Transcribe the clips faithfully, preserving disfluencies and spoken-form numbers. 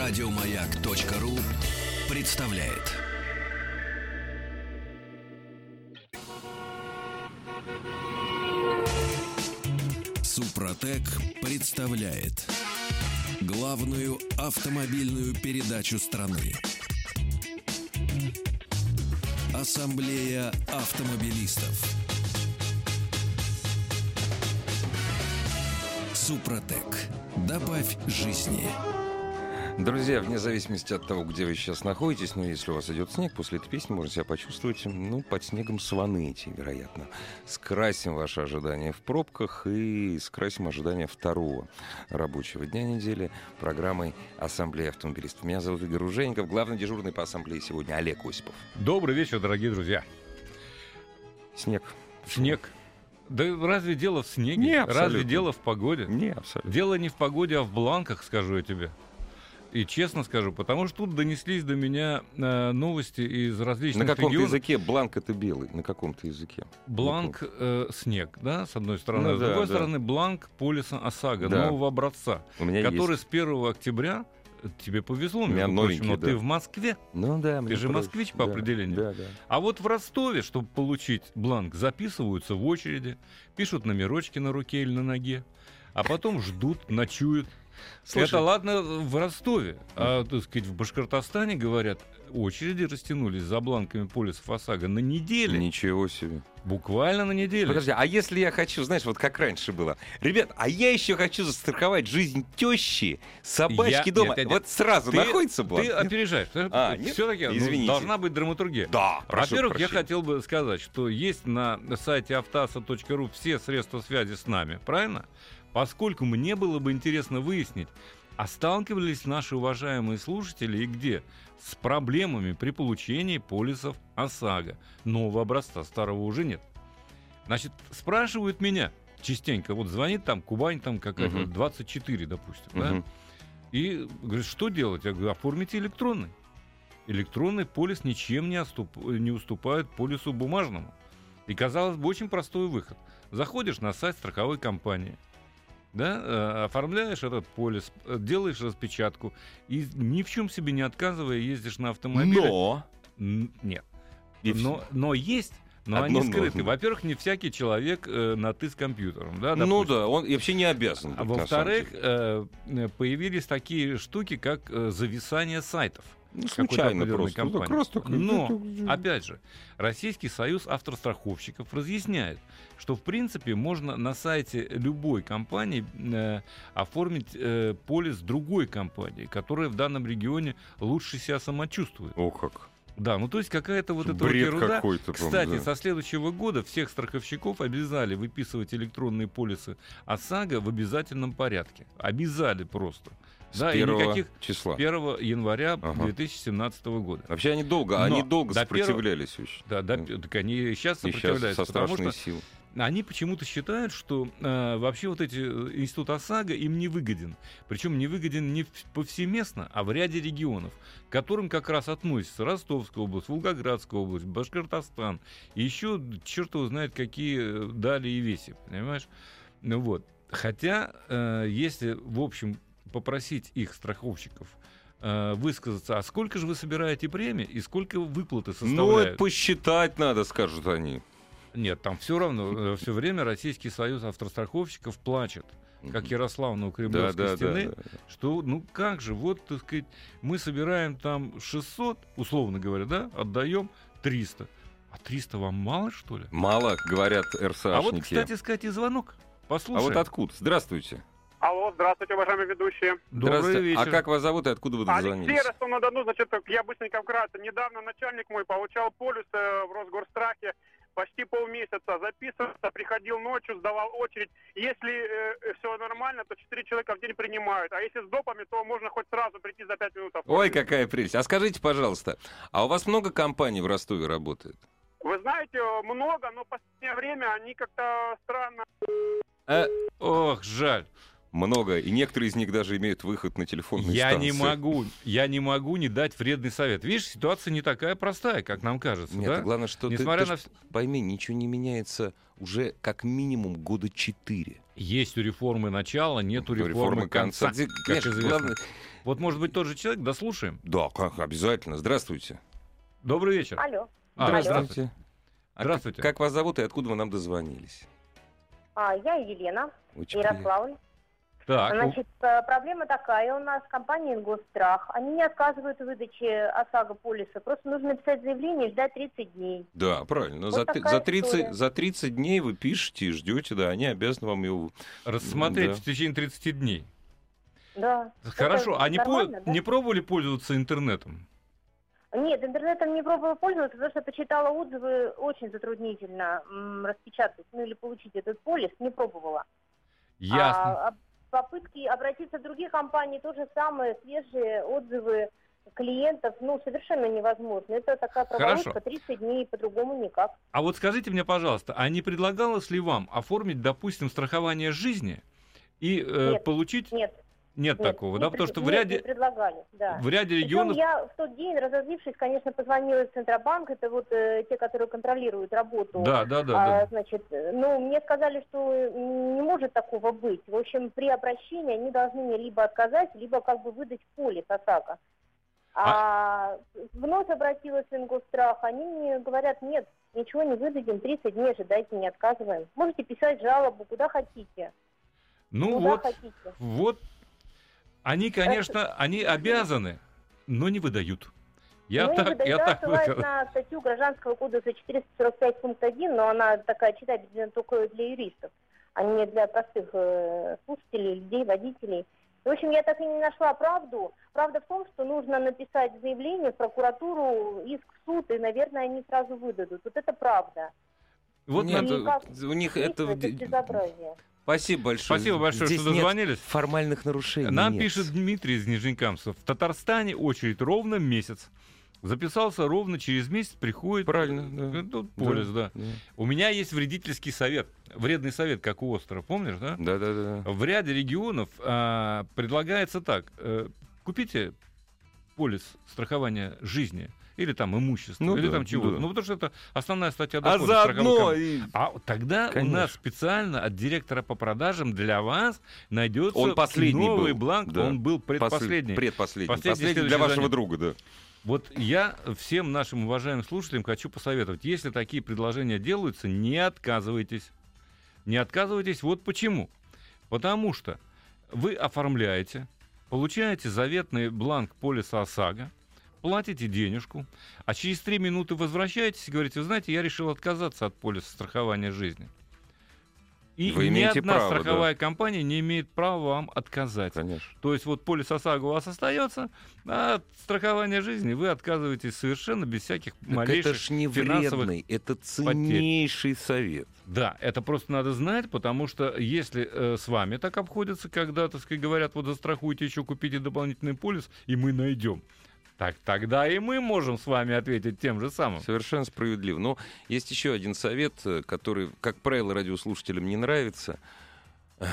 Радиомаяк.ру представляет. Супротек представляет главную автомобильную передачу страны. Ассамблея автомобилистов. Супротек. Добавь жизни. Друзья, вне зависимости от того, где вы сейчас находитесь, ну, если у вас идет снег, после этой песни можно себя почувствовать, ну, под снегом сваныйте, вероятно. Скрасим ваши ожидания в пробках и скрасим ожидания второго рабочего дня недели программой «Ассамблея автомобилистов». Меня зовут Игорь Ужеников, главный дежурный по ассамблее сегодня Олег Осипов. Добрый вечер, дорогие друзья. Снег. Снег. Да разве дело в снеге? Не, разве дело в погоде? Не, абсолютно. Дело не в погоде, а в бланках, скажу я тебе. И честно скажу, потому что тут донеслись до меня э, новости из различных регионов. На каком-то регионов. языке бланк — это белый, на каком-то языке. Бланк э, снег, да, с одной стороны. Ну, с да, другой да. стороны, бланк полиса ОСАГО, Да. нового образца, У меня который есть. с первого октября, тебе повезло, У меня между прочим, новенький, но да. ты в Москве. Ну да, Ты мне же проще. москвич по Да, определению. Да, да. А вот в Ростове, чтобы получить бланк, записываются в очереди, пишут номерочки на руке или на ноге, а потом ждут, ночуют. Слушай, Это ладно в Ростове, а, так сказать, в Башкортостане, говорят, очереди растянулись за бланками полисов ОСАГО на неделю. Ничего себе. Буквально на неделю. Подожди, а если я хочу, знаешь, вот как раньше было, ребят, а я еще хочу застраховать жизнь тещи, собачки Я- дома, нет, нет, вот сразу Ты- находится бланк? Ты опережаешь. А, нет? Все-таки Извините. должна быть драматургия. Да, прошу Во-первых, я прощения. хотел бы сказать, что есть на сайте автоаса точка ру все средства связи с нами, правильно? Поскольку мне было бы интересно выяснить, а сталкивались наши уважаемые слушатели и где с проблемами при получении полисов ОСАГО. Нового образца, старого уже нет. Значит, спрашивают меня частенько, вот звонит там Кубань, там какая-то, Мгм. двадцать четыре, допустим, да? Мгм. И говорит, что делать? Я говорю, оформите электронный. Электронный полис ничем не, оступ... не уступает полису бумажному. И, казалось бы, очень простой выход. Заходишь на сайт страховой компании, да, э, оформляешь этот полис, э, делаешь распечатку и ни в чем себе не отказывая ездишь на автомобиле. Но... Н- Нет. И Но, но есть, но Одно они но. скрыты. Во-первых, не всякий человек э, на «ты» с компьютером. Да, Ну допустим. да, он и вообще не обязан. А быть, на самом во-вторых, деле. э, э, появились такие штуки, как э, зависание сайтов. Ну, какой-то случайно определенной просто. Ну, так компании. раз такой, Но, ну, так- опять же, Российский союз автостраховщиков разъясняет, что, в принципе, можно на сайте любой компании э, оформить э, полис другой компании, которая в данном регионе лучше себя самочувствует. О, как. Да, ну то есть какая-то вот эта вот Бред ерунда. какой-то. прям, Кстати, да. со следующего года всех страховщиков обязали выписывать электронные полисы ОСАГО в обязательном порядке. Обязали просто. С Да, и первого никаких числа. первого января Ага. две тысячи семнадцатого года. Вообще они долго, Но они долго до первого- сопротивлялись очень. Да, да, Ну, так они и сейчас И сейчас сопротивляются, со потому страшной что силой. они почему-то считают, что э, вообще вот эти э, институт ОСАГО им не выгоден. Причем не выгоден не в- повсеместно, а в ряде регионов, к которым как раз относятся Ростовская область, Волгоградская область, Башкортостан. И еще черт его знает какие э, дали и веси, понимаешь? Ну вот. Хотя, э, если, в общем, попросить их, страховщиков, э, высказаться, а сколько же вы собираете премии и сколько выплаты Ну, составляют? это посчитать надо, скажут они. Нет, там все равно, все время Российский союз автостраховщиков плачет, как Ярославна у Кремлевской Да, да, стены, да, да. что, ну как же, вот, так сказать, мы собираем там шестьсот, условно говоря, да, отдаем триста. А триста вам мало, что ли? Мало, говорят РСАшники. А вот, кстати сказать, и звонок. А Послушай. вот откуда? Здравствуйте. Алло, здравствуйте, уважаемые ведущие. Добрый Здравствуйте. вечер. А как вас зовут и откуда вы Алексей, дозвонились? Ростов-на-Дону, значит, я быстренько вкратце. Недавно начальник мой получал полис э, в Росгорстрахе почти полмесяца. Записывался, приходил ночью, сдавал очередь. Если э, все нормально, то четыре человека в день принимают. А если с допами, то можно хоть сразу прийти за пять минут. Ой, оформить. какая прелесть. А скажите, пожалуйста, а у вас много компаний в Ростове работает? Вы знаете, много, но в последнее время они как-то странно... Э, Ох, жаль. много. И некоторые из них даже имеют выход на телефонные Я станции. не могу, я не могу не дать вредный совет. Видишь, ситуация не такая простая, как нам кажется, Нет, да? главное, что ты- Несмотря ты, на ж пойми, ничего не меняется уже как минимум года четыре. Есть у реформы начало, нет у До реформы конца, Ди- как конечно, известно. главное, Вот, может быть, тот же человек, дослушаем? Да, как, обязательно. Здравствуйте. Добрый вечер. Алло. А, Алло. здравствуйте. А Здравствуйте. Как, как вас зовут и откуда вы нам дозвонились? А, я Елена, Очень Ярославль. Так, Значит, э, проблема такая, у нас компания «Ингосстрах». Они не отказывают в выдаче ОСАГО полиса, просто нужно написать заявление и ждать тридцать дней. Да, правильно. Вот За, такая за, тридцать, история. за тридцать дней вы пишете и ждете, да, они обязаны вам его... рассмотреть Да. в течение тридцати дней. Да. Хорошо, Это а не, по- нормально, да? не пробовали пользоваться интернетом? Нет, интернетом не пробовала пользоваться, потому что почитала отзывы, очень затруднительно м, распечатать, ну или получить этот полис, не пробовала. Ясно. А, а попытки обратиться в другие компании, то же самое, свежие отзывы клиентов, ну, совершенно невозможно. Это такая Хорошо. проволочка, тридцать дней, по-другому никак. А вот скажите мне, пожалуйста, а не предлагалось ли вам оформить, допустим, страхование жизни и э, Нет. получить... Нет. Нет, Нет, такого, не да? Потому пред- что в нет, ряде, не предлагали, да. в ряде Причем регионов... я в тот день, разозлившись, конечно, позвонила в Центробанк, это вот э, те, которые контролируют работу. Да, да, да, А, да. значит, э, ну, мне сказали, что не может такого быть. В общем, при обращении они должны мне либо отказать, либо как бы выдать полис ОСАГО. А, вновь обратилась в Ингосстрах, они мне говорят, нет, ничего не выдадим, тридцать дней ожидайте, не отказываем. Можете писать жалобу, куда хотите. Ну куда вот, хотите. вот, они, конечно, они обязаны, но не выдают. Я ну, так, я да, так ссылаюсь выкажу. на статью Гражданского кодекса четыреста сорок пять пункт один, но она такая читательная только для юристов, а не для простых э, слушателей, людей, водителей. В общем, я так и не нашла правду. Правда в том, что нужно написать заявление в прокуратуру, иск в суд, и, наверное, они сразу выдадут. Вот это правда. Вот Нет, надо- И как у них это... действовать, это безобразие. Спасибо большое. Спасибо большое, Здесь что нет дозвонились. формальных нарушений. Нам нет. пишет Дмитрий из Нижнекамска. В Татарстане очередь ровно месяц. Записался ровно через месяц, приходит... Правильно, да. э, Тут полис, да. Да, У меня есть вредительский совет. Вредный совет, как у Остера, помнишь, да? да, да. да. В ряде регионов а, предлагается так. э, купите полис страхования жизни или там имущества, Ну или да, там чего-то. да. Ну, потому что это основная статья А дохода. страховой заодно компании. и... А тогда Конечно. у нас специально от директора по продажам для вас найдется Он последний новый был, бланк. да. Он был Послед- предпоследний. Предпоследний. Последний, Последний для следующий вашего занят. друга, да. Вот я всем нашим уважаемым слушателям хочу посоветовать, если такие предложения делаются, не отказывайтесь. Не отказывайтесь. Вот почему. Потому что вы оформляете, получаете заветный бланк полиса ОСАГО, платите денежку, а через три минуты возвращаетесь и говорите, вы знаете, я решил отказаться от полиса страхования жизни. И Вы ни имеете одна право, страховая компания не имеет права вам отказать. Конечно. То есть вот полис ОСАГО у вас остается, а от страхования жизни вы отказываетесь совершенно без всяких Так малейших это ж не финансовых... вредный, это ценнейший совет. Да, это просто надо знать, потому что если э, с вами так обходятся, когда, так сказать, говорят, вот застрахуйте, еще купите дополнительный полис, и мы найдем. Так тогда и мы можем с вами ответить тем же самым. Совершенно справедливо. Но есть еще один совет, э, который, как правило, радиослушателям не нравится. Эх,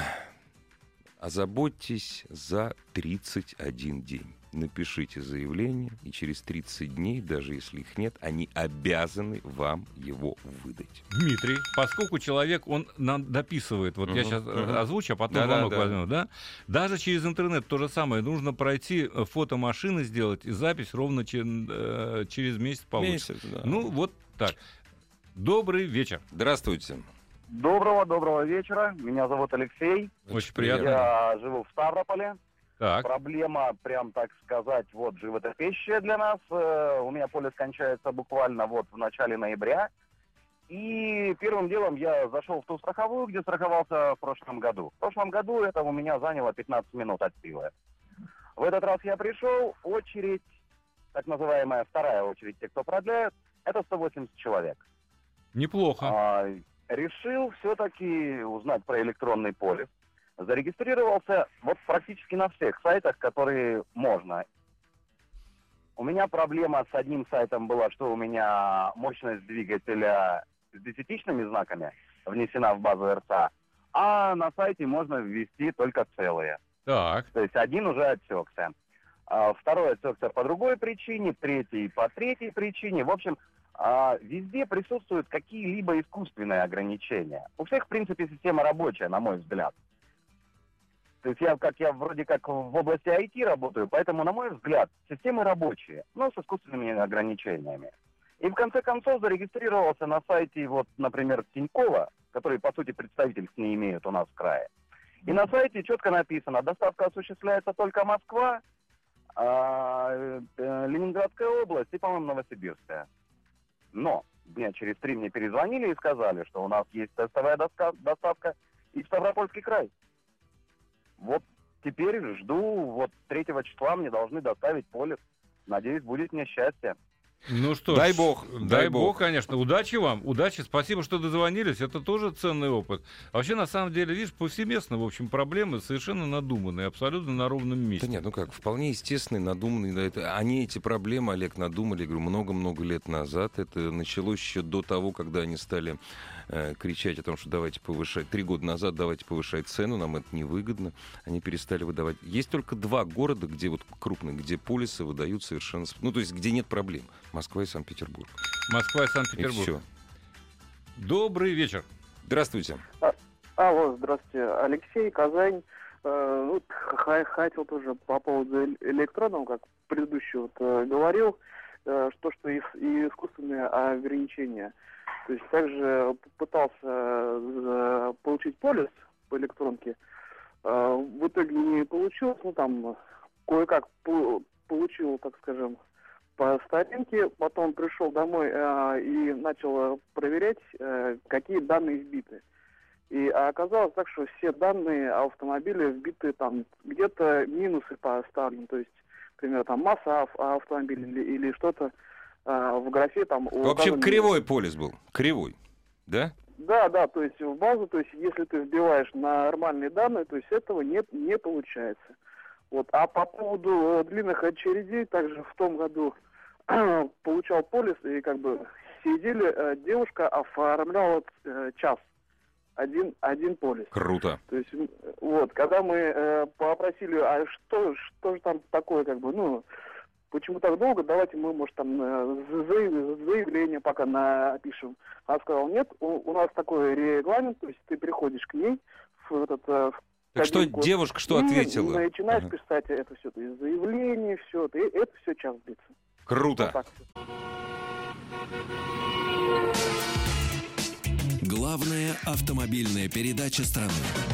Озаботьтесь за тридцать один день. Напишите заявление, и через тридцать дней, даже если их нет, они обязаны вам его выдать. Дмитрий, поскольку человек, он нам дописывает, вот я Мгм, сейчас мгм. озвучу, а потом Да-да, звонок да. возьму, да? Даже через интернет то же самое. Нужно пройти э, фото машины сделать, и запись ровно че- э, через месяц получится. Месяц, да. Ну, вот так. Добрый вечер. Здравствуйте. Доброго, доброго вечера. Меня зовут Алексей. Очень приятно. Я живу в Ставрополе. Так, Проблема, прям так сказать, вот животрепещущая для нас. Э, У меня полис кончается буквально вот в начале ноября. И первым делом я зашел в ту страховую, где страховался в прошлом году. В прошлом году это у меня заняло пятнадцать минут от силы. В этот раз я пришел, очередь, так называемая вторая очередь, те, кто продляют, это сто восемьдесят человек. неплохо. А, решил все-таки узнать про электронный полис. Зарегистрировался вот практически на всех сайтах, которые можно. У меня проблема с одним сайтом была, что у меня мощность двигателя с десятичными знаками внесена в базу эр цэ а, а на сайте можно ввести только целые. Так, То есть один уже отсекся. А второй отсекся по другой причине, третий по третьей причине. В общем, а, везде присутствуют какие-либо искусственные ограничения. У всех, в принципе, система рабочая, на мой взгляд. То есть я, как я вроде как в области ай ти работаю, поэтому, на мой взгляд, системы рабочие, но с искусственными ограничениями. И в конце концов зарегистрировался на сайте, вот, например, Тинькова, который, по сути, представительств не имеют у нас в крае. И на сайте четко написано, доставка осуществляется только Москва, а, э, Ленинградская область и, по-моему, Новосибирская. Но дня через три мне перезвонили и сказали, что у нас есть тестовая доска, доставка и в Ставропольский край. Вот теперь жду, вот третьего числа мне должны доставить полис. Надеюсь, будет мне счастье. Ну что Дай ж, бог, дай, дай бог, бог. конечно. Удачи вам, удачи, спасибо, что дозвонились. Это тоже ценный опыт. А вообще, на самом деле, видишь, повсеместно, в общем, проблемы совершенно надуманные, абсолютно на ровном месте. Да нет, ну как, вполне естественные, надуманные. Да, это, они эти проблемы, Олег, надумали, говорю, много-много лет назад. Это началось еще до того, когда они стали э, кричать о том, что давайте повышать. Три года назад давайте повышать цену, нам это невыгодно. Они перестали выдавать. Есть только два города, где вот крупные, где полисы выдают совершенно... Ну, то есть, где нет проблем. Москва и Санкт-Петербург. Москва и И Санкт-Петербург. все. Добрый вечер. Здравствуйте. А, алло, здравствуйте. Алексей, Казань. Э, вот, х- хотел тоже по поводу электронов, как предыдущий вот, э, говорил, э, что, что и, и искусственные ограничения. То есть также пытался э, получить полис по электронке. Э, в итоге не получилось. Ну, там, кое-как по- получил, так скажем, по старинке, потом пришел домой э, и начал проверять, э, какие данные вбиты. И оказалось так, что все данные автомобиля вбиты там где-то минусы поставлены, то есть, например, там масса ав- автомобиля или, или что-то э, в графе там... В общем, указано- кривой полис был. Кривой. Да? Да, да, то есть в базу, то есть если ты вбиваешь нормальные данные, то есть этого не, не получается. Вот. А по поводу э, длинных очередей, также в том году получал полис, и как бы сидели, э, девушка оформляла э, час, один, один полис. Круто. То есть, м, вот, когда мы э, попросили, а что, что же там такое, как бы, ну, почему так долго, давайте мы, может, там э, за- заявление пока напишем. Она сказала, нет, у, у нас такой регламент, то есть ты приходишь к ней в этот... э, в Так что кабинку, девушка что и ответила? начинаешь Ага. писать это все, то есть заявление, все, и это все час длится. Круто. Вот так. Главная автомобильная передача страны.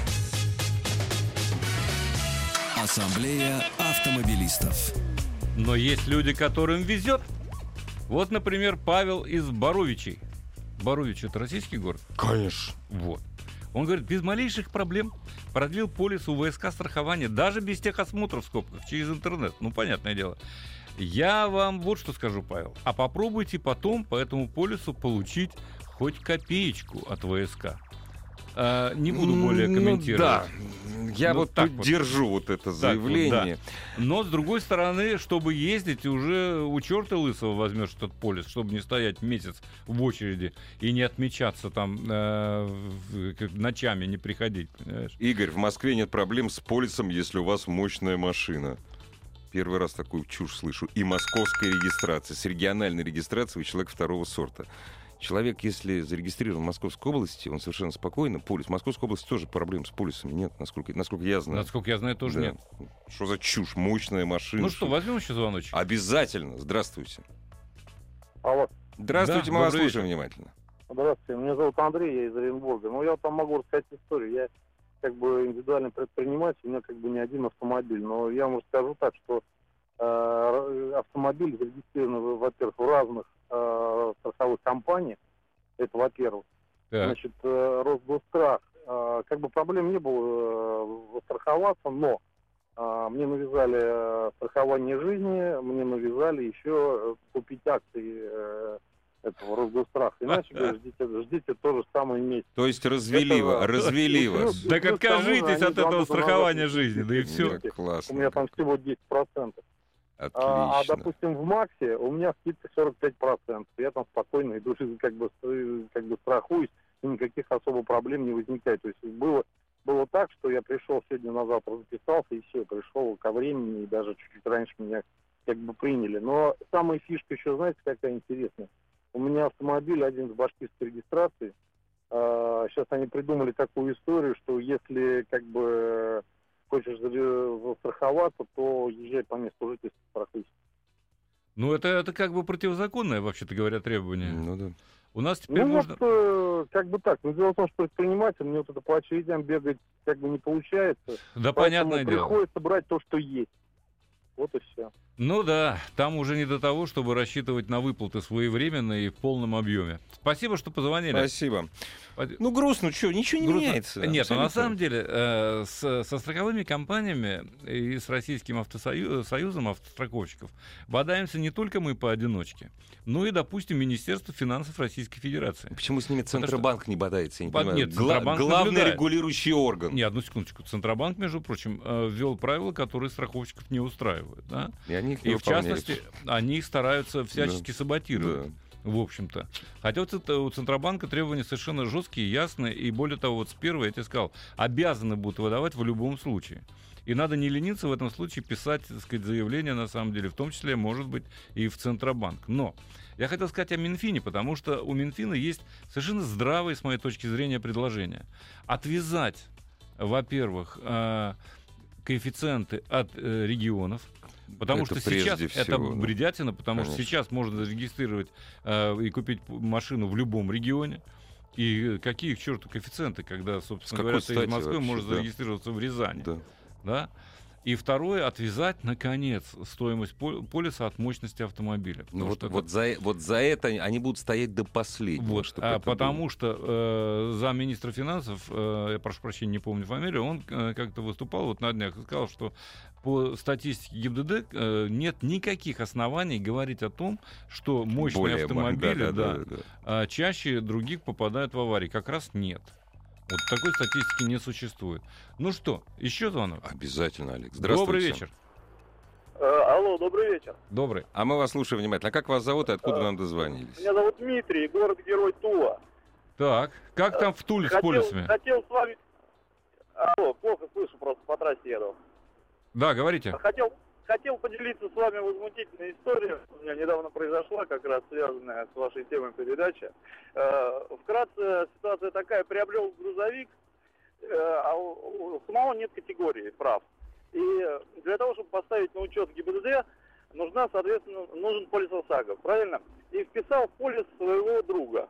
Ассамблея автомобилистов. Но есть люди, которым везет. Вот, например, Павел из Боровичей. Борович — это российский город? Конечно. Вот. Он говорит, без малейших проблем продлил полис у ВСК страхования, даже без техосмотра в скобках, через интернет. Ну, понятное дело. Я вам вот что скажу, Павел. А попробуйте потом по этому полису получить хоть копеечку от ВСК. А, не буду более комментировать. Ну, да, я Ну, вот так тут вот. держу вот это заявление. Но, с другой стороны, чтобы ездить, уже у черта лысого возьмешь этот полис, чтобы не стоять месяц в очереди и не отмечаться там э, в- как ночами, не приходить, понимаешь? Игорь, в Москве нет проблем с полисом, если у вас мощная машина. Первый раз такую чушь слышу. И московская регистрация. С региональной регистрацией вы человек второго сорта. Человек, если зарегистрирован в Московской области, он совершенно спокойно. Полис. В Московской области тоже проблем с полисами нет, насколько, насколько я знаю. Насколько я знаю, тоже Да. нет. Что за чушь? Мощная машина. Ну что, возьмем еще звоночек? Обязательно. Здравствуйте. Алло. Здравствуйте, Да, мы вас добрый слушаем вечер. внимательно. Здравствуйте, меня зовут Андрей, я из Оренбурга. Ну, я там могу рассказать историю. Я как бы индивидуальный предприниматель, у меня как бы не один автомобиль. Но я вам скажу так, что э, автомобиль зарегистрирован, во-первых, в разных э, страховых компаниях. Это во-первых. Так. Значит, э, Росгосстрах. Э, как бы проблем не было э, застраховаться, но э, мне навязали э, страхование жизни, мне навязали еще э, купить акции э, этого Росгосстрах. Иначе, говорю, ждите, ждите то же самое месяц. То есть развели, Это вас, раз. развели И плюс- вас. Так плюс к тому же откажитесь они от этого два года страхования назад- жизни, да и все. Да, классно. У меня там всего десять процентов. Отлично. А, а, допустим, в Максе у меня скидка сорок пять процентов. Я там спокойно иду, как бы, э, как бы страхуюсь, и никаких особо проблем не возникает. То есть было, было так, что я пришел сегодня на завтра, записался, и все, пришел ко времени, и даже чуть-чуть раньше меня как бы приняли. Но самая фишка еще, знаете, какая интересная? У меня автомобиль один с башкирской регистрацией. А, сейчас они придумали такую историю, что если как бы хочешь застраховаться, то езжай по месту жительства практически. Ну, это, это как бы противозаконное, вообще-то говоря, требование. Ну да. У нас теперь Ну, можно... вот, э, как бы так. Но дело в том, что предприниматель, мне вот это по очередям бегать как бы не получается. Да, Поэтому понятное дело. приходится брать то, что есть. Вот и все. Ну да, там уже не до того, чтобы рассчитывать на выплаты своевременно и в полном объеме. Спасибо, что позвонили. Спасибо. Пойд- Ну, грустно, что, ничего не Грустно. меняется. Нет, но на Абсолютно. самом деле э, с- со страховыми компаниями и с Российским автосою- союзом автостраховщиков бодаемся не только мы поодиночке, но и, допустим, Министерство финансов Российской Федерации. Почему с ними Центробанк не бодается? Я не Под- понимаю. нет, Гла- Центробанк главный наблюдает. регулирующий орган. Не, одну секундочку. Центробанк, между прочим, э, ввел правила, которые страховщиков не устраивают. Да? И они их не И в выполняют. частности, они их стараются всячески саботировать. Да. В общем-то. Хотя вот это у Центробанка требования совершенно жесткие, ясные, и более того, вот с первого, я тебе сказал, обязаны будут выдавать в любом случае. И надо не лениться в этом случае писать, так сказать, заявление, на самом деле, в том числе, может быть, и в Центробанк. Но я хотел сказать о Минфине, потому что у Минфина есть совершенно здравые, с моей точки зрения, предложения. Отвязать, во-первых, э, коэффициенты от э, регионов, потому Это что сейчас прежде это всего, да. бредятина, потому Конечно. что сейчас можно зарегистрировать э, и купить п- машину в любом регионе. И какие к черту коэффициенты, когда, собственно С какой говоря, ты из стати Москвы вообще, можешь да. зарегистрироваться в Рязани. Да. Да? И второе, отвязать, наконец, стоимость пол- полиса от мощности автомобиля. Ну Потому вот, что вот, это- за, вот за это они будут стоять до последнего. вот, чтобы а это потому было. что э, замминистра финансов, э, я прошу прощения, не помню фамилию, он э, как-то выступал вот на днях и сказал, что по статистике ГИБДД э, нет никаких оснований говорить о том, что мощные Более, автомобили да, да, да, да, да. а чаще других попадают в аварии. Как раз нет. Вот такой статистики не существует. Ну что, еще звонок? Обязательно, Алекс. Здравствуйте. Добрый вечер. Алло, добрый вечер. Добрый. А мы вас слушаем внимательно. А как вас зовут и откуда А, нам дозвонились? Меня зовут Дмитрий, город-герой Тула. Так, как там в Туле с Хотел, полисами? хотел с вами... Алло, плохо слышу, просто по трассе еду. Да, говорите. Хотел, хотел поделиться с вами возмутительной историей. У меня недавно произошла, как раз связанная с вашей темой передачи. Э, вкратце, ситуация такая. Приобрел грузовик, э, а у, у самого нет категории прав. И для того, чтобы поставить на учет ГИБДД, нужна, соответственно, нужен полис ОСАГО, правильно? И вписал в полис своего друга.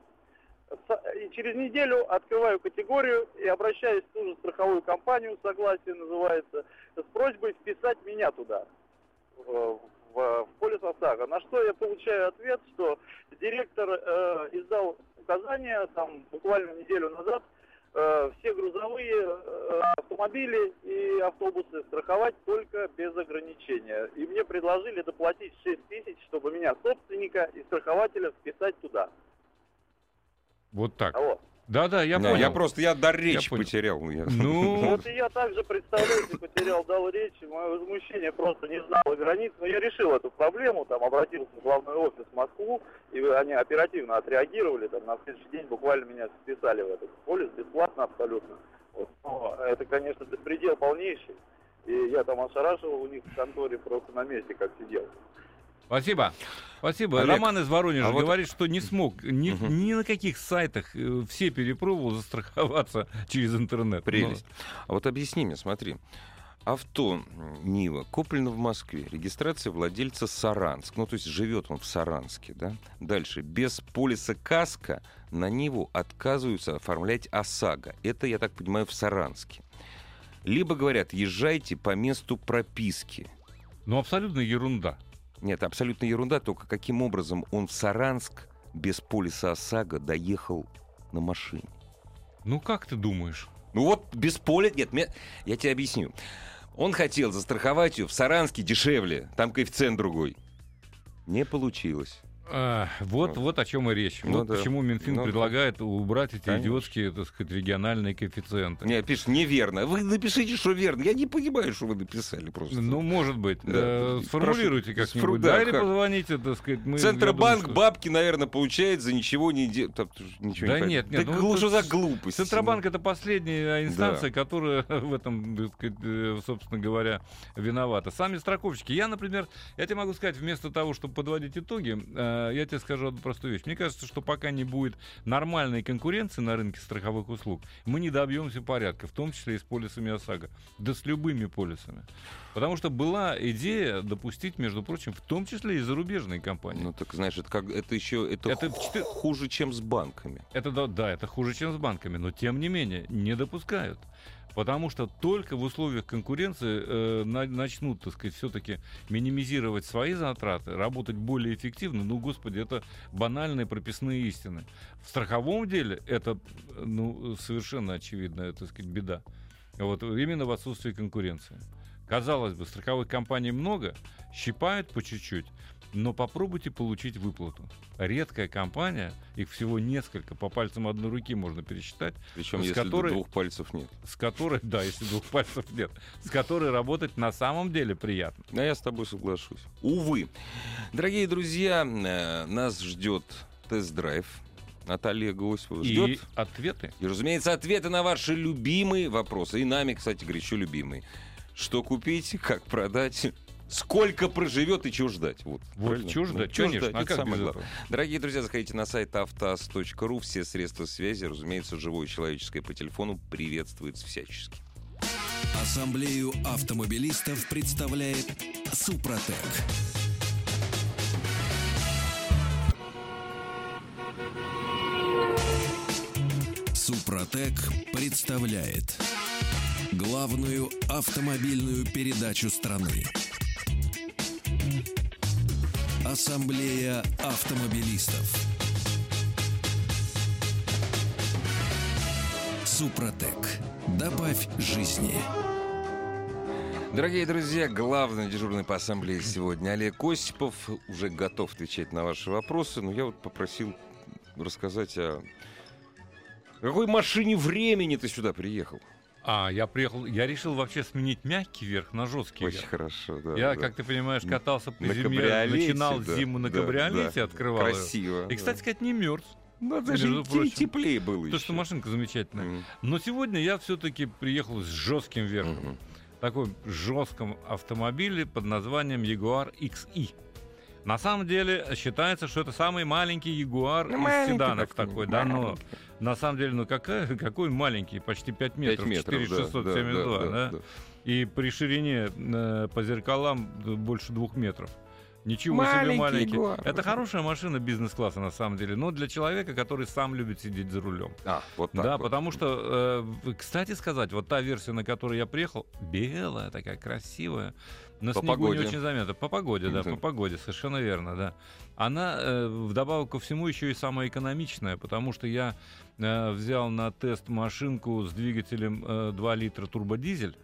И через неделю открываю категорию и обращаюсь в ту же страховую компанию, согласие называется, с просьбой вписать меня туда, в, в, в полис ОСАГО. На что я получаю ответ, что директор э, издал указание там буквально неделю назад э, все грузовые э, автомобили и автобусы страховать только без ограничения. И мне предложили доплатить шесть тысяч, чтобы меня, собственника и страхователя, вписать туда. Вот так. Алло. Да-да, я Да, понял. я просто я дар речи понял. потерял. Я- Ну, Вот и я также, представляете, потерял дар речи, мое возмущение просто не знало границ, но я решил эту проблему, там, обратился в главный офис в Москву, и они оперативно отреагировали, там, на следующий день буквально меня вписали в этот полис, бесплатно абсолютно. Вот. Но это, конечно, беспредел полнейший, и я там ошарашивал у них в конторе просто на месте, как сидел. спасибо. Спасибо. Олег, Роман из Воронежа а вот- говорит, что не смог ни, Мгм. ни на каких сайтах э, все перепробовал застраховаться через интернет. Прелесть. А вот объясни мне, смотри. Авто Нива куплено в Москве. Регистрация владельца Саранск. Ну, то есть живет он в Саранске, да? Дальше. Без полиса КАСКО на Ниву отказываются оформлять ОСАГО. Это, я так понимаю, в Саранске. Либо говорят, езжайте по месту прописки. Но, ну, абсолютно ерунда. Нет, абсолютно ерунда. Только каким образом он в Саранск без полиса ОСАГО доехал на машине? Ну, как ты думаешь? Ну вот без поля... Нет, мне- я тебе объясню. Он хотел застраховать ее в Саранске дешевле. Там коэффициент другой. Не получилось. А, вот, Ну. вот о чем и речь. Ну вот да. почему Минфин Ну, предлагает убрать эти конечно. идиотские, так сказать, региональные коэффициенты. Нет, пишет, неверно. Вы напишите, что верно. Я не понимаю, что вы написали просто. Ну, может быть. Да. Э, сформулируйте Прошу, как-нибудь. сфру- Да, да, или как? позвоните, так сказать. Мы, Центробанк я думаю, что- бабки, наверное, получает за ничего не делает. Ничего Да не нет, нет, Да ну, глу- это что за с- глупость? Центробанк — это последняя инстанция, которая в этом, так сказать, э, собственно говоря, виновата. Сами страховщики. Я, например, я тебе могу сказать, вместо того, чтобы подводить итоги, э, э, я тебе скажу одну простую вещь. Мне кажется, что пока не будет нормальной конкуренции на рынке страховых услуг, мы не добьемся порядка, в том числе и с полисами ОСАГО, да с любыми полисами. Потому что была идея допустить, между прочим, в том числе и зарубежные компании. Ну так, знаешь, это, как, это еще это Это ху- в четы- хуже, чем с банками. Это да, да, это хуже, чем с банками, но тем не менее не допускают. Потому что только в условиях конкуренции э, на, начнут, так сказать, все-таки минимизировать свои затраты, работать более эффективно. Ну, господи, это банальные прописные истины. В страховом деле это, ну, совершенно очевидная, так сказать, беда. Вот именно в отсутствии конкуренции. Казалось бы, страховых компаний много, щипают по чуть-чуть, но попробуйте получить выплату. Редкая компания, их всего несколько, по пальцам одной руки можно пересчитать. Причем, с если которой, двух пальцев нет. С которой, да, если двух пальцев нет, с которой работать на самом деле приятно. А я с тобой соглашусь. Увы. Дорогие друзья, э, нас ждет тест-драйв от Олега Осипова. Ждет. И ответы. И, разумеется, ответы на ваши любимые вопросы. И нами, кстати, горячо любимые. Что купить, как продать, сколько проживет и чего ждать. Вот, Вот чего ждать, ну, чего конечно, ждать, а это как самое без главное. Дорогие друзья, заходите на сайт автоаз точка ру. Все средства связи, разумеется, живое человеческое по телефону приветствуется всячески. Ассамблею автомобилистов представляет Супротек. Супротек представляет главную автомобильную передачу страны. Ассамблея автомобилистов. Супротек. Добавь жизни. Дорогие друзья, главный дежурный по ассамблее сегодня Олег Осипов уже готов отвечать на ваши вопросы, но я вот попросил рассказать о какой машине времени ты сюда приехал. А, я приехал, я решил вообще сменить мягкий верх на жесткий Очень верх. хорошо, да. Я, да. как ты понимаешь, катался по На зиме, кабриолете, начинал да, зиму на да, кабриолете, да. открывал её. Красиво. И, кстати сказать, не мерз. Ну, даже между и прочим. теплее было То, еще. что машинка замечательная. Мгм. Но сегодня я все-таки приехал с жестким верхом. Мгм. Такой жестком автомобиле под названием Jaguar икс и. На самом деле считается, что это самый маленький Jaguar Ну, из маленький седанов такой, такой, да, но маленький. на самом деле, ну какая, какой он маленький, почти пять метров, пять метров, четыре да, тысячи шестьсот семьдесят два, да, да, да, да. И при ширине э, по зеркалам э, больше двух метров. Ничего Маленький себе маленький. Jaguar. Это хорошая машина бизнес-класса на самом деле, но для человека, который сам любит сидеть за рулем. А, вот так Да, вот. потому что, э, кстати сказать, вот та версия, на которой я приехал, белая, такая красивая, на По снегу погоде. не очень заметно. По погоде, да, Мгм. по погоде, совершенно верно, да. Она, э, вдобавок ко всему, еще и самая экономичная, потому что я э, взял на тест машинку с двигателем э, два литра турбодизель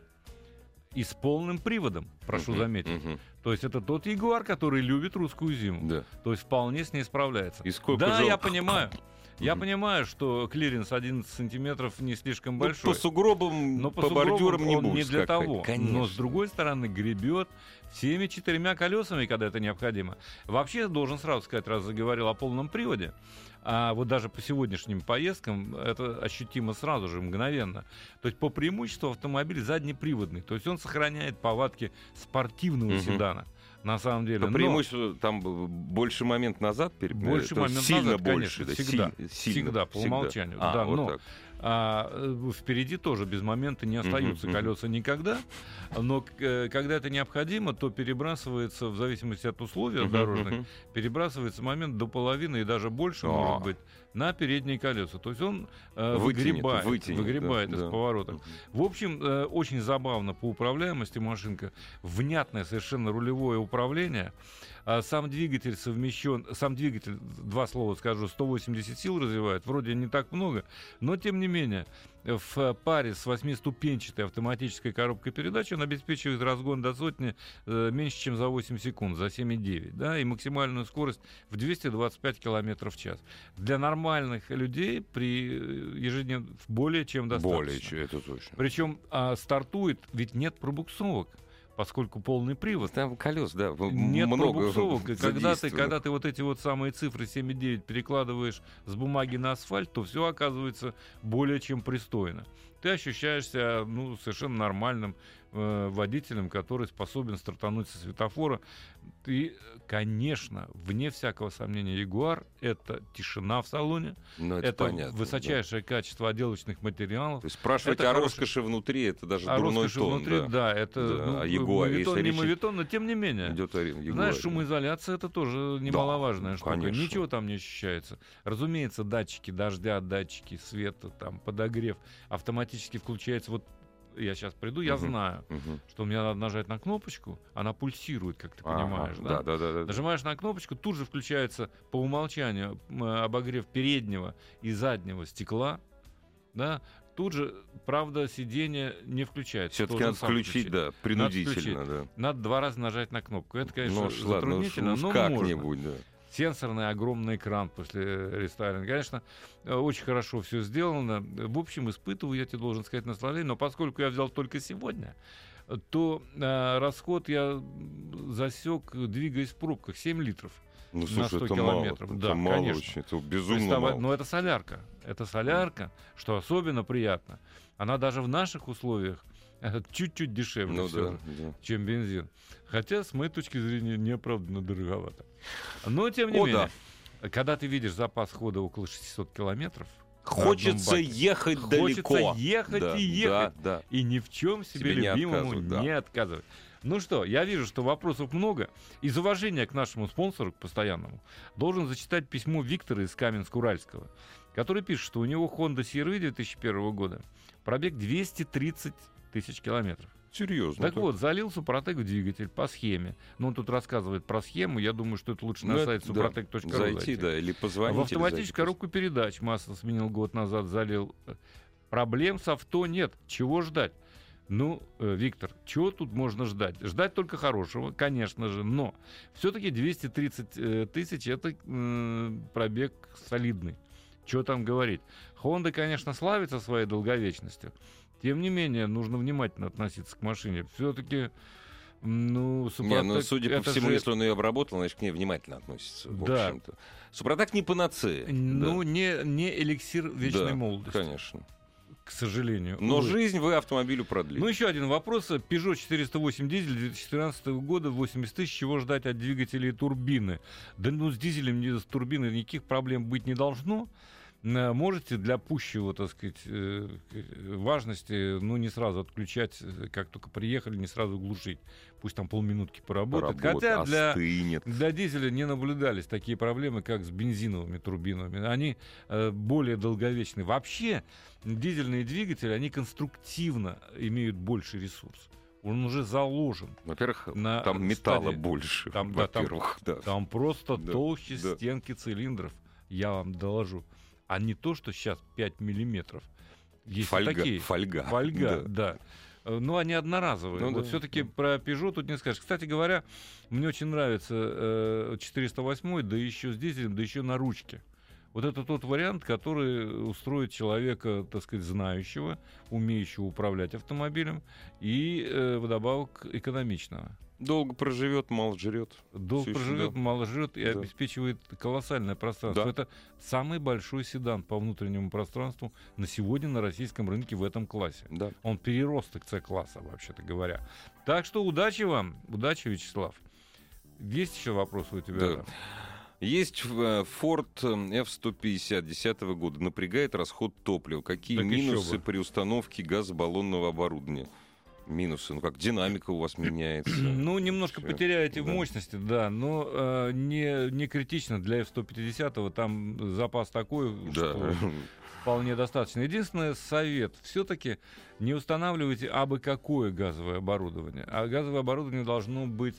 и с полным приводом, прошу Мгм, заметить. мгм. То есть это тот Ягуар, который любит русскую зиму. Да. То есть вполне с ней справляется. И сколько Да, же он- я понимаю. Я Мгм. понимаю, что клиренс одиннадцать сантиметров не слишком Ну, большой. по сугробам, Но по, по, сугробам бордюрам не он будешь не для скакать. того. Конечно. Но с другой стороны гребет всеми четырьмя колесами, когда это необходимо. Вообще, должен сразу сказать, раз заговорил о полном приводе, а вот даже по сегодняшним поездкам это ощутимо сразу же, мгновенно. То есть по преимуществу автомобиль заднеприводный. То есть он сохраняет повадки спортивного Мгм. седана. На самом деле. По Но преимуществу там б- больше момент назад пере- больше то есть момент сильно назад, больше, конечно, да, всегда. сильно, сильно, Всегда, по всегда. умолчанию. А, Да, вот но так. а, э, впереди тоже без момента не остаются Мгм, мгм. колеса никогда. Но э, когда это необходимо, то перебрасывается, в зависимости от условий Мгм, дорожных, мгм. перебрасывается момент до половины и даже больше, А. может быть, на передние колеса. То есть он э, Вытянет, выгребает, вытянет, выгребает да, из да. поворотов. Мгм. В общем, э, очень забавно по управляемости машинка. Внятное совершенно рулевое управление. А сам двигатель совмещен... Сам двигатель, два слова скажу, сто восемьдесят сил развивает. Вроде не так много, но тем не менее в паре с восьмиступенчатой автоматической коробкой передач он обеспечивает разгон до сотни э, меньше, чем за восемь секунд, за семь и девять, да, и максимальную скорость в двести двадцать пять километров в час. Для нормальных людей при э, ежедневно более чем достаточно. Более чем, это точно. Причем а, стартует, ведь нет пробуксовок, поскольку полный привод. Там колес, да, в- Нет много пробуксовок. И когда ты, задействовано. когда ты вот эти вот самые цифры семь и девять перекладываешь с бумаги на асфальт, то все оказывается более чем пристойно. ты ощущаешься ну, совершенно нормальным э, водителем, который способен стартануть со светофора. Ты, конечно, вне всякого сомнения, Ягуар — это тишина в салоне, Ну, это это понятно, высочайшее качество отделочных материалов. То есть спрашивать Это о хороший- роскоши внутри — это даже А дурной роскоши тон. внутри, да. да, это Да, ну, а Ягуаре, мавитон, если не речь мавитон, но тем не менее. Идет о Ягуаре. Знаешь, шумоизоляция — это тоже немаловажная штука. конечно. Ничего там не ощущается. Разумеется, датчики дождя, датчики света, там, подогрев автоматически включается. Вот я сейчас приду, я Мгм. знаю, Мгм. что мне надо нажать на кнопочку, она пульсирует, как ты Ага, понимаешь. да, да, да, да. Нажимаешь на кнопочку, тут же включается по умолчанию м, обогрев переднего и заднего стекла. Да? Тут же, правда, сиденье не включается. Все-таки должен надо сам включить, включить. да, принудительно, да. Надо два раза нажать на кнопку. Это, конечно, Ну уж ладно, ну уж- затруднительно, ну уж но можно. как-нибудь, да. Сенсорный огромный экран после рестайлинга. Конечно, э, очень хорошо все сделано. В общем, испытываю, я тебе должен сказать, наслаждение. Но поскольку я взял только сегодня, то э, расход я засек, двигаясь в пробках, семь литров. Ну, на слушай, сто это мало. километров. Это Да, мало конечно. очень. Это безумно Представать- мало. Но это солярка. Это солярка, что особенно приятно. Она даже в наших условиях э, чуть-чуть дешевле Ну всё да, же, да. чем бензин. Хотя, с моей точки зрения, неоправданно дороговато. Но, тем не О, менее, когда ты видишь запас хода около шестисот километров, на одном Хочется баке, ехать хочется далеко. ехать Да, и ехать. Да, да. И ни в чем себе, Себе не любимому отказывать, да. не отказывать. Ну что, я вижу, что вопросов много. Из уважения к нашему спонсору, к постоянному, должен зачитать письмо Виктора из Каменск-Уральского, который пишет, что у него Honda си ар ви две тысячи первого года, пробег двести тридцать тысяч километров. Серьезно. Так вот, залил Супротек в двигатель по схеме. Ну, он тут рассказывает про схему. Я думаю, что это лучше на Ну, сайт да, супротек точка ру зайти, да, или позвонить. В или автоматическую зайти. коробку передач масло сменил год назад, залил. Проблем с авто нет. Чего ждать? Ну, э, Виктор, чего тут можно ждать? Ждать только хорошего, конечно же, но все-таки двести тридцать э, тысяч — это э, пробег солидный. Чего там говорить? Honda, конечно, славится своей долговечностью. Тем не менее, нужно внимательно относиться к машине. Все-таки, ну, Не, ну, Супротек — судя по это всему, же- если он ее обработал, значит, к ней внимательно относится. В Да. общем-то. Супротек не панацея. Ну, да. не, не эликсир вечной Да, молодости, конечно. к сожалению. Но Увы. жизнь вы автомобилю продлили. Ну, еще один вопрос. Peugeot четыреста восемь дизель две тысячи четырнадцатого года, восемьдесят тысяч. Чего ждать от двигателя и турбины? Да ну, с дизелем, ни с турбиной никаких проблем быть не должно. Э, Можете для пущего, так сказать, э, э, важности, ну, не сразу отключать, э, как только приехали, не сразу глушить. Пусть там полминутки поработает. Поработает, Хотя для... остынет. Для дизеля не наблюдались такие проблемы, как с бензиновыми турбинами. Они э, более долговечны. Вообще, дизельные двигатели, они конструктивно имеют больший ресурс. Он уже заложен. Во-первых, на там металла стадии. больше. Там, да, там, во-первых, да. там просто Да, толще да. стенки цилиндров, я вам доложу. А не то, что сейчас пять миллиметров. Есть Фольга, такие. фольга. Фольга, Да. да. Э, Но они одноразовые. Ну вот да, все-таки да. про Peugeot тут не скажешь. Кстати говоря, мне очень нравится э, четыреста восемь, да еще с дизелем, да еще на ручке. Вот это тот вариант, который устроит человека, так сказать, знающего, умеющего управлять автомобилем и э, вдобавок экономичного. Долго проживет, мало жрет. Долго Всё еще, проживет, да. мало жрет и Да. обеспечивает колоссальное пространство. Да. Это самый большой седан по внутреннему пространству на сегодня на российском рынке в этом классе. Да. Он переросток С-класса, вообще-то говоря. Так что удачи вам, удачи, Вячеслав. Есть еще вопросы у тебя? Да. Есть э, Ford эф сто пятьдесят десятого года. Напрягает расход топлива. Какие Так еще минусы бы. при установке газобаллонного оборудования? Минусы. Ну как, динамика у вас меняется. Ну, немножко Всё. потеряете в Да. мощности, да, но э, не, не критично для эф сто пятьдесят, там запас такой, Да. что вполне достаточно. Единственный совет, все-таки не устанавливайте абы какое газовое оборудование, а газовое оборудование должно быть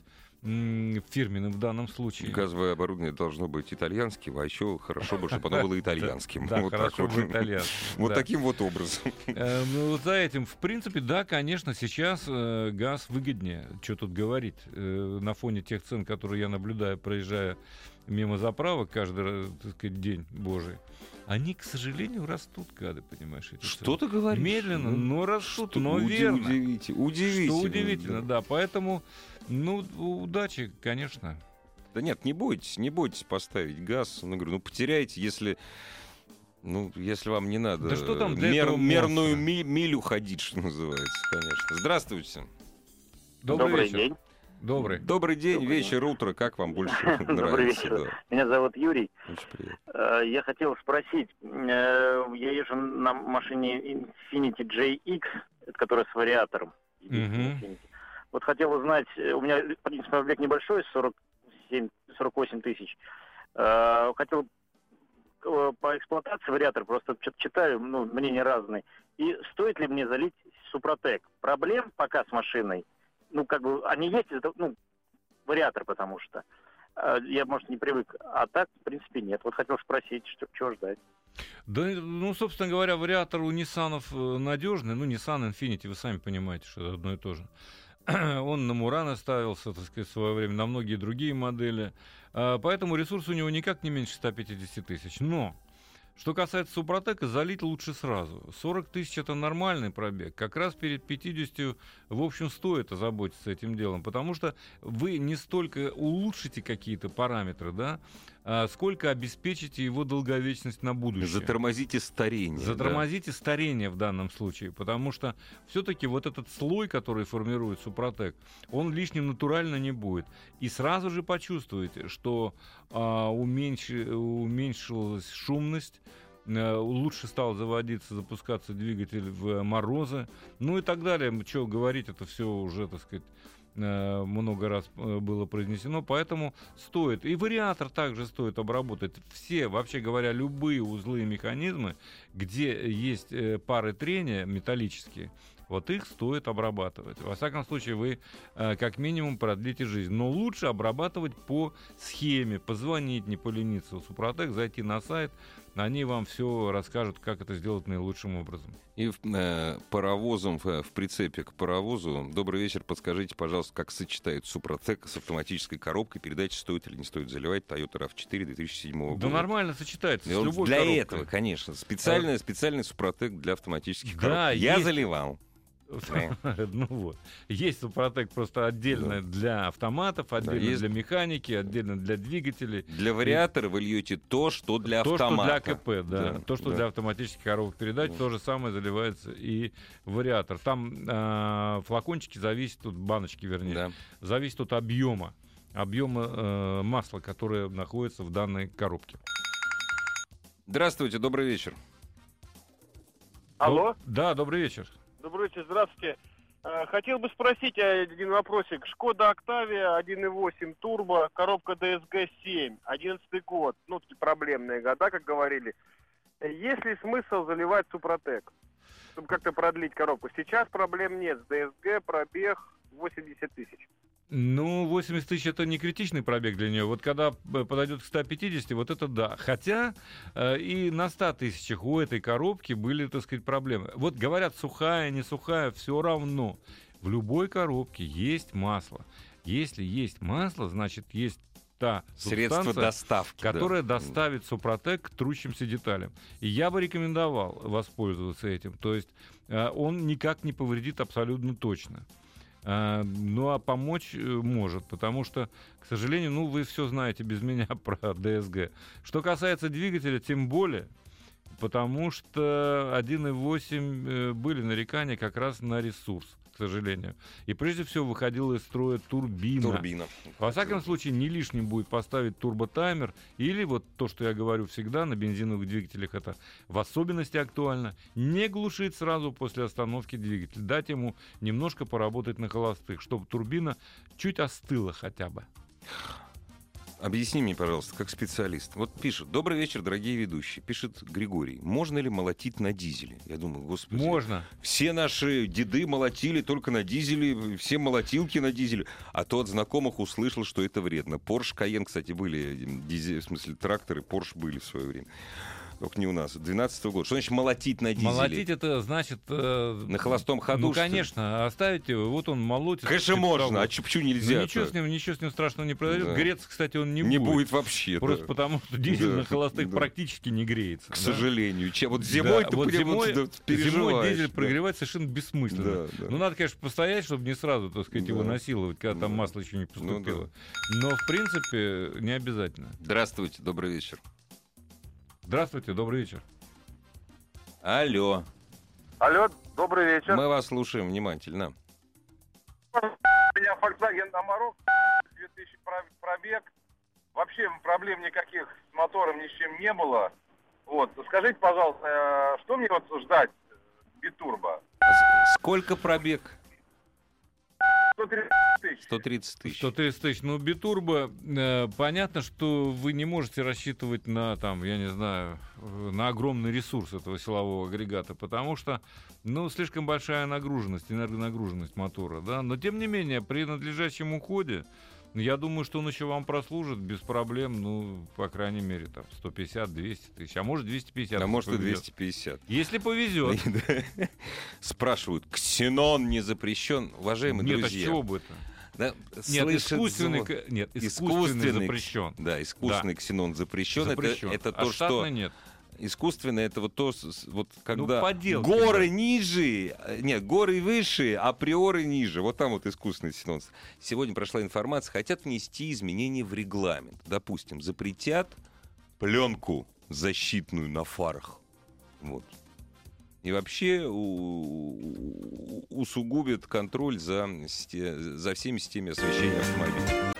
м, фирменным в данном случае. Газовое оборудование должно быть итальянским, а еще хорошо бы, чтобы оно было итальянским. Да, Вот так хорошо вот. бы итальянским. Вот да. таким вот образом. Э, ну, вот за этим, в принципе, да, конечно, сейчас э, газ выгоднее. Что тут говорить? Э, на фоне тех цен, которые я наблюдаю, проезжая мимо заправок каждый, так сказать, день божий, они, к сожалению, растут, гады, понимаешь? эти Что цены. ты говоришь? Медленно, Ну, но растут, что- но уди- верно. удивите- Удивительно. Что удивительно, да. Поэтому, ну, удачи, конечно. Да нет, не бойтесь, не бойтесь поставить газ. Ну, говорю, ну потеряете, если Ну, если вам не надо Да что там для мер- этого мерную монстра? ми- милю ходить, что называется, конечно. Здравствуйте. Добрый, Добрый вечер. день. Добрый. Добрый день, Добрый вечер, утро. Как вам больше Добрый нравится? вечер. Да, Меня зовут Юрий. очень приятно. Э, Я хотел спросить, э, я езжу на машине Infiniti джей икс, это которая с вариатором. Мгм. Infiniti. Вот хотел узнать, э, у меня, в принципе, пробег небольшой, сорок семь сорок восемь тысяч. Э, Хотел э, по эксплуатации вариатор, просто что-то читаю, ну, мнения разные. И стоит ли мне залить Супротек? Проблем пока с машиной, ну, как бы, они есть, это, ну, вариатор, потому что э, я, может, не привык. А так, в принципе, нет. Вот хотел спросить, что, чего ждать. Да, ну, собственно говоря, вариатор у Ниссанов надежный. Ну, Nissan Infiniti, вы сами понимаете, что это одно и то же. Он на Мурано ставился, так сказать, в свое время, на многие другие модели. А, Поэтому ресурс у него никак не меньше ста пятидесяти тысяч. Но, что касается Супротека, залить лучше сразу. сорок тысяч — это нормальный пробег. Как раз перед пятьюдесятью, в общем, стоит озаботиться этим делом, потому что вы не столько улучшите какие-то параметры, да, а сколько обеспечите его долговечность на будущее. Затормозите старение. да. Затормозите старение в данном случае, потому что все-таки вот этот слой, который формирует Супротек, он лишним натурально не будет. И сразу же почувствуете, что а, уменьши- уменьшилась шумность, э, лучше стал заводиться, запускаться двигатель в морозы, ну и так далее. Что говорить, это все уже, так сказать, э, много раз э, было произнесено, поэтому стоит. И вариатор также стоит обработать. Все, вообще говоря, любые узлы и механизмы, где есть э, пары трения металлические, вот их стоит обрабатывать. Во всяком случае, вы э, как минимум продлите жизнь. Но лучше обрабатывать по схеме, позвонить, не полениться. В Супротек, зайти на сайт, они вам все расскажут, как это сделать наилучшим образом. И э, паровозом, в, в прицепе к паровозу. Добрый вечер, подскажите, пожалуйста, как сочетает Супротек с автоматической коробкой? Передачи стоит или не стоит заливать Toyota рав четыре две тысячи седьмого года? Да нормально сочетается И с он любой для коробкой. этого, конечно. Специальный, специальный Супротек для автоматических Да, коробок. Я есть. заливал. Ну вот. Есть Супротек просто отдельно для автоматов, отдельно есть. для механики, отдельно для двигателей. Для вариатора вы льете то, что для То, что автомата. для КП, да. Да, То, что да. для автоматических коробок передач, Да. то же самое заливается и вариатор. Там э, флакончики зависят, тут баночки, вернее, Да. зависит от объема, объема э, масла, которое находится в данной коробке. Здравствуйте, добрый вечер. Алло, Ну, да, добрый вечер. добрый вечер, здравствуйте. Э, Хотел бы спросить один вопросик. Шкода Октавия один и восемь турбо, коробка ди эс джи семь, одиннадцатый год. Ну, такие проблемные года, как говорили. Э, Есть ли смысл заливать Супротек, чтобы как-то продлить коробку? Сейчас проблем нет. С ди эс джи пробег восемьдесят тысяч. Ну, восемьдесят тысяч — это не критичный пробег для нее. Вот когда э, подойдет к ста пятидесяти, вот это да. Хотя э, и на ста тысячах у этой коробки были, так сказать, проблемы. Вот говорят, сухая, не сухая, все равно. В любой коробке есть масло. Если есть масло, значит, есть та Средства субстанция, доставки. да. которая доставит Супротек к трущимся деталям. И я бы рекомендовал воспользоваться этим. То есть э, он никак не повредит абсолютно точно. А, ну, а помочь э, может, потому что, к сожалению, ну, вы все знаете без меня про ди эс джи. Что касается двигателя, тем более, потому что один и восемь э, были нарекания как раз на ресурс, к сожалению. И прежде всего выходила из строя турбина. Турбина. Во всяком случае, не лишним будет поставить турботаймер или вот то, что я говорю всегда на бензиновых двигателях, это в особенности актуально, не глушить сразу после остановки двигателя, дать ему немножко поработать на холостых, чтобы турбина чуть остыла хотя бы. Объясни мне, пожалуйста, как специалист. Вот пишет: добрый вечер, дорогие ведущие. Пишет Григорий: можно ли молотить на дизеле? Я думаю, господи. Можно. Все наши деды молотили только на дизеле, все молотилки на дизеле. А то от знакомых услышал, что это вредно. Porsche Cayenne, кстати, были, дизель, в смысле тракторы Porsche были в свое время. Только не у нас. двенадцатого года. Что значит молотить на дизеле? Молотить — это значит... Э, На холостом ходу, Ну, что ли? конечно, оставить его, вот он молотит. Конечно, можно. А чё- почему нельзя? Ну, ничего с ним, ничего с ним страшного не произойдет. Да. Греться, кстати, он не, Не будет. будет вообще. Просто да. потому, что дизель Да, на холостых да. практически не греется. К да. сожалению. Чем вот зимой Да, ты вот прям вот, зимой, да, переживаешь. зимой дизель да. прогревать совершенно бессмысленно. Да, да. Ну, надо, конечно, постоять, чтобы не сразу, так сказать, его Да. насиловать, когда там Да. масло еще не Ну, поступило. Но, в принципе, не обязательно. Здравствуйте, добрый вечер. Здравствуйте, добрый вечер. Алло. Алло, добрый вечер. Мы вас слушаем внимательно. У меня Volkswagen Amarok, две тысячи пробег. Вообще проблем никаких с мотором ни с чем не было. Вот. Скажите, пожалуйста, что мне вот ждать битурбо? Сколько пробег? сто тридцать тысяч. сто тридцать тысяч. сто тридцать тысяч. Ну, битурбо, э, понятно, что вы не можете рассчитывать на, там, я не знаю, на огромный ресурс этого силового агрегата, потому что, ну, слишком большая нагруженность, энергонагруженность мотора, да. Но, тем не менее, при надлежащем уходе, я думаю, что он еще вам прослужит без проблем, ну, по крайней мере, там, сто пятьдесят - двести тысяч, а может, двести пятьдесят. А может, и повезет. двести пятьдесят. Если повезет. Спрашивают, ксенон не запрещен? Уважаемые Нет, друзья. а с чего бы это? Да, Нет, слышит искусственный, звон. к- нет, искусственный, Искусственный запрещен. Да, искусственный Да. ксенон запрещен. Запрещен. Это, это А то, штатный что... нет. Искусственное — это вот то, с- вот когда поделки, горы да. ниже, э, нет, горы выше, априори ниже. Вот там вот искусственный ксенон. Сегодня прошла информация, хотят внести изменения в регламент. Допустим, запретят пленку защитную на фарах. Вот. И вообще у- у- усугубит контроль за, сте- за всеми системами освещения автомобиля.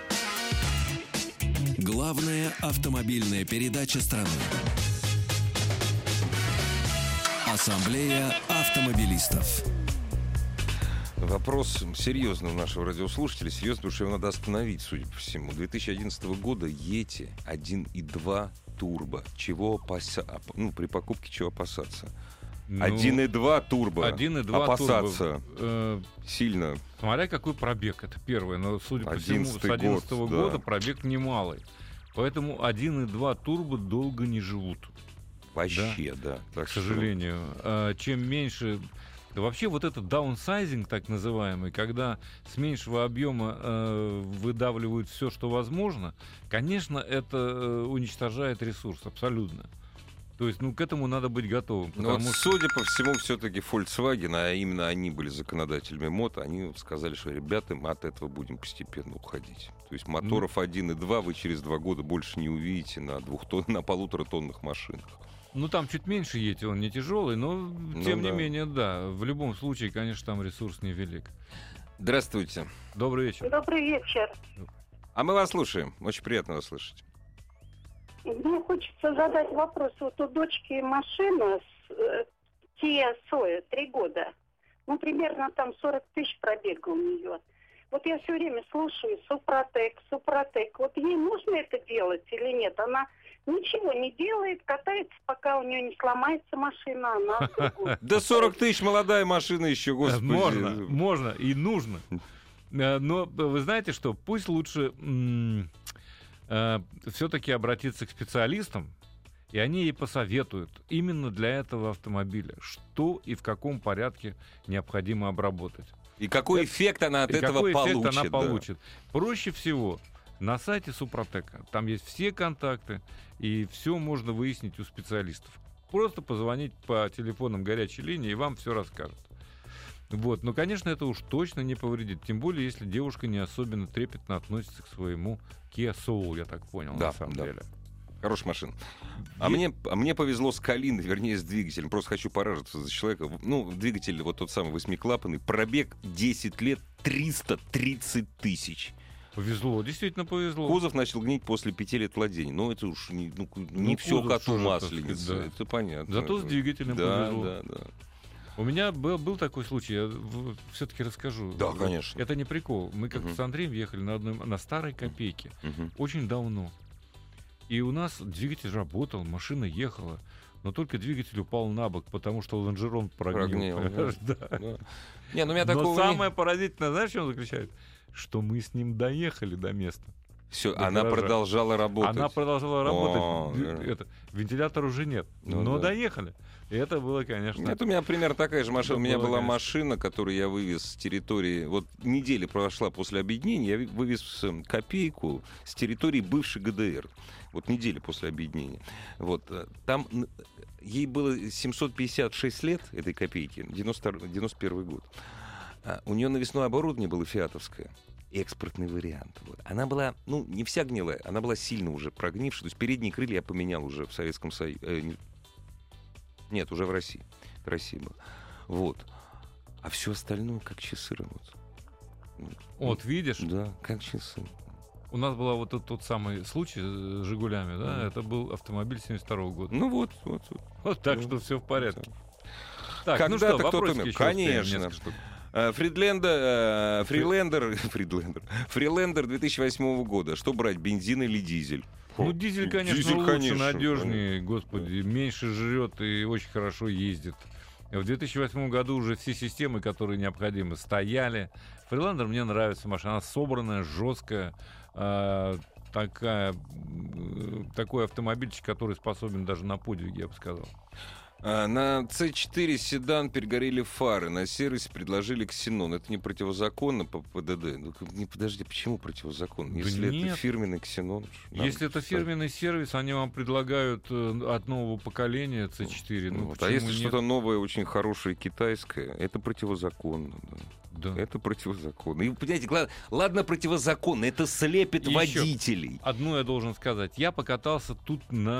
Главная автомобильная передача страны. Ассамблея автомобилистов. Вопрос серьезный у нашего радиослушателя. Серьезный, потому что его надо остановить, судя по всему. две тысячи одиннадцатого года Yeti один и два турбо. Чего опаса... ну, при покупке чего опасаться? Ну, один и два турбо. один и два опасаться турбо. Э, сильно. Смотря какой пробег, это первое. Но, судя по всему, с одиннадцатый одиннадцатого год, года да. пробег немалый. Поэтому один и два турбо долго не живут, Вообще, да. Так к что- сожалению. А, чем меньше... Да вообще вот этот даунсайзинг, так называемый, когда с меньшего объема э, выдавливают все, что возможно, конечно, это э, уничтожает ресурс абсолютно. То есть, ну, к этому надо быть готовым. Ну, вот, Потому что... судя по всему, все-таки Volkswagen, а именно они были законодателями мото, они вот сказали, что, ребята, мы от этого будем постепенно уходить. То есть моторов один и два вы через два года больше не увидите на, двухтон... на полуторатонных машинах. Ну, там чуть меньше Yeti, он не тяжелый, но, тем да. не менее, да. В любом случае, конечно, там ресурс невелик. Здравствуйте. Добрый вечер. Добрый вечер. А мы вас слушаем. Очень приятно вас слышать. Мне хочется задать вопрос. Вот у дочки машина э, Kia Soe, три года. Ну, примерно там сорок тысяч пробега у нее. Вот я все время слушаю Супротек, Супротек. Вот ей нужно это делать или нет? Она ничего не делает, катается, пока у нее не сломается машина, она в другую. Да сорок тысяч молодая машина еще, господи. Можно, можно и нужно. Э, Но вы знаете что? Пусть лучше м, э, все-таки обратиться к специалистам, и они ей посоветуют именно для этого автомобиля, что и в каком порядке необходимо обработать. И какой Это- эффект она от И этого какой эффект получит. она да. получит. Проще всего на сайте Супротека. Там есть все контакты, и все можно выяснить у специалистов. Просто позвонить по телефонам горячей линии, и вам все расскажут. Вот. Но, конечно, это уж точно не повредит. Тем более, если девушка не особенно трепетно относится к своему Kia Soul, я так понял, Да, на самом да. деле. Хорошая машина. А Е- мне, а мне повезло с Калиной, вернее, с двигателем. Просто хочу поражаться за человека. Ну, двигатель вот тот самый восьмиклапанный. Пробег десять лет, триста тридцать тысяч. Повезло, действительно повезло. Кузов начал гнить после пяти лет владения. Ну, это уж не, ну, не Ну, все кузов коту тоже, так масленица. сказать, да. Это понятно. Зато с двигателем да, повезло. Да, да, У меня был, был такой случай, я все-таки расскажу. Да, конечно. Это не прикол. Мы как-то Мгм. с Андреем ехали на, одной, на старой копейке. Мгм. Очень давно. И у нас двигатель работал, машина ехала, но только двигатель упал на бок, потому что лонжерон прогнил. Прогнил, понимаешь, да. Да. Не, ну у меня Но такого самое поразительное, знаешь, в чем заключается? Что мы с ним доехали до места. Все, до она гаража. продолжала работать. Она продолжала работать. О, Д- верно. это, вентилятора уже нет. Ну но да. доехали. И это было, конечно. Нет, у меня примерно такая же машина. Это У меня было, была конечно. машина, которую я вывез с территории... Вот неделя прошла после объединения, я ви- вывез э, копейку с территории бывшей ГДР. Вот неделя после объединения. Вот. э, Там н- ей было семьсот пятьдесят шесть лет, этой копейки, девяносто первый год. А у нее навесное оборудование было фиатовское. Экспортный вариант. Вот. Она была, ну, не вся гнилая, она была сильно уже прогнившая. То есть передние крылья я поменял уже в Советском Союзе. Нет, уже в России. В России был. Вот. А все остальное как часы рвутся. Вот, видишь? Да, как часы. У нас был вот тот, тот самый случай с «Жигулями», да? Mm. Это был автомобиль семьдесят второго года. Ну вот, вот. Вот, вот так ну, что все в порядке. Так, когда-то ну что, кто-то умел. Конечно. Фридлендер, Фрилендер, Фридлендер, Фрилендер две тысячи восьмого года. Что брать, бензин или дизель? Ну, дизель, конечно, дизель, лучше, конечно, надежнее, господи, меньше жрет и очень хорошо ездит. В две тысячи восьмом году уже все системы, которые необходимы, стояли. Фрилендер мне нравится машина, она собранная, жесткая, э, такая, такой автомобильчик, который способен даже на подвиги, я бы сказал. На Си четыре седан перегорели фары, на сервисе предложили ксенон. Это не противозаконно по ПДД? Ну, не, подожди, почему противозаконно? Да если нет. это фирменный ксенон? Если это фирменный сервис, они вам предлагают от нового поколения Си четыре. Ну, вот. А если нет? Что-то новое, очень хорошее, китайское, это противозаконно. Да. Да. Это противозаконно. И, понимаете, ладно, противозаконно, это слепит и водителей. Одно я должен сказать. Я покатался тут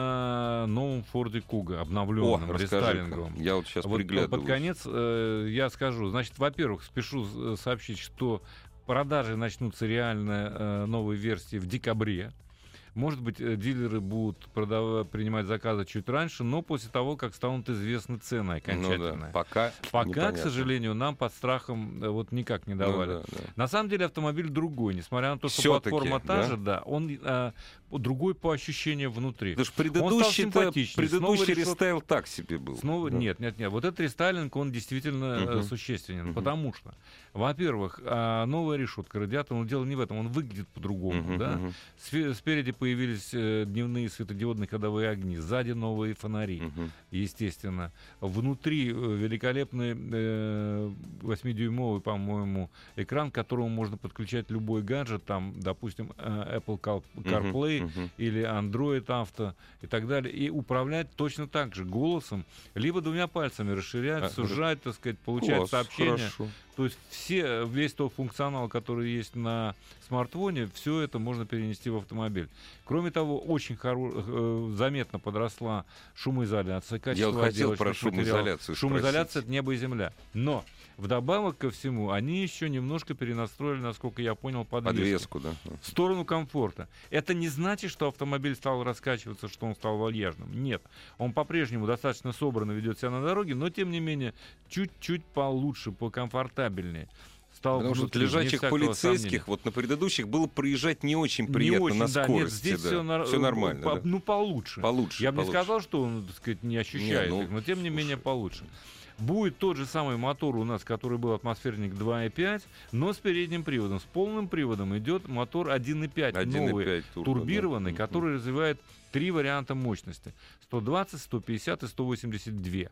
на новом Форде Куга, обновленном, рестайлинговом. Я вот сейчас вот приглядываюсь. Под конец э, я скажу. Значит, во-первых, спешу сообщить, что продажи начнутся реально э, новой версии в декабре. Может быть, дилеры будут продав... принимать заказы чуть раньше, но после того, как станут известны цены окончательно. Ну да, пока, пока к сожалению, нам под страхом вот никак не давали. Ну да, да. На самом деле автомобиль другой, несмотря на то, что Всё-таки, платформа та да? же, да, он а, другой по ощущениям внутри. Потому что предыдущий, предыдущий рестайл так себе был. Снова... Да. Нет, нет, нет. Вот этот рестайлинг, он действительно угу. существенен, угу. потому что, во-первых, новая решетка, радиатор, но дело не в этом, он выглядит по-другому. Угу, да? угу. Спереди появились дневные светодиодные ходовые огни, сзади новые фонари, угу. естественно. Внутри великолепный э, восьмидюймовый, по-моему, экран, к которому можно подключать любой гаджет, там, допустим, Apple CarPlay угу, угу. или Android Auto и так далее, и управлять точно так же голосом, либо двумя пальцами расширять, а, сужать, так сказать, получать класс, сообщения. Хорошо. То есть все, весь тот функционал, который есть на смартфоне, все это можно перенести в автомобиль. Кроме того, очень хоро- э, заметно подросла шумоизоляция. Я вот хотел про шумоизоляцию Шумоизоляция — это небо и земля. Но вдобавок ко всему, они еще немножко перенастроили, насколько я понял, подвеску. Подвеску, да. В сторону комфорта. Это не значит, что автомобиль стал раскачиваться, что он стал вальяжным. Нет. Он по-прежнему достаточно собранно ведет себя на дороге, но, тем не менее, чуть-чуть получше, покомфортабельнее. Стал Потому внутри, что лежачих полицейских сомнения. вот на предыдущих было проезжать не очень приятно, не очень, на да, скорости. Нет, здесь да. все, нар... все нормально. По... Да. Ну, получше. Получше. Я бы получше. не сказал, что он, так сказать, не ощущает не, ну, их, но тем не слушай. менее получше. Будет тот же самый мотор у нас, который был атмосферник два и пять, но с передним приводом. С полным приводом идет мотор один и пять, новый, турбо, турбированный, да. который развивает три варианта мощности. сто двадцать, сто пятьдесят и сто восемьдесят два.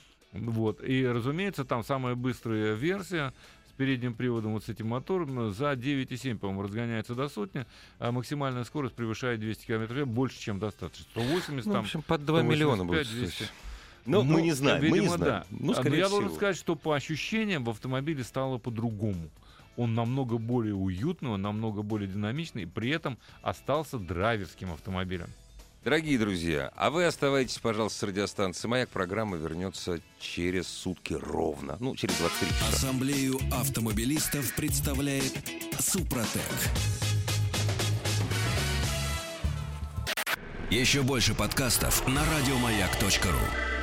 Вот. И, разумеется, там самая быстрая версия с передним приводом, вот с этим мотором, за девять и семь, по-моему, разгоняется до сотни, а максимальная скорость превышает двести километров в час, больше, чем достаточно. сто восемьдесят, ну, там, в общем, под два миллиона будет. двести. Но ну, мы не знаем, видимо, мы не знаем. Да. Ну, Но я всего. должен сказать, что по ощущениям в автомобиле стало по-другому. Он намного более уютный, он намного более динамичный, и при этом остался драйверским автомобилем. Дорогие друзья, а вы оставайтесь, пожалуйста, с радиостанцией «Маяк». Программа вернется через сутки ровно. Ну, через двадцать три часа. Ассамблею автомобилистов представляет «Супротек». Еще больше подкастов на радиомаяк точка ру.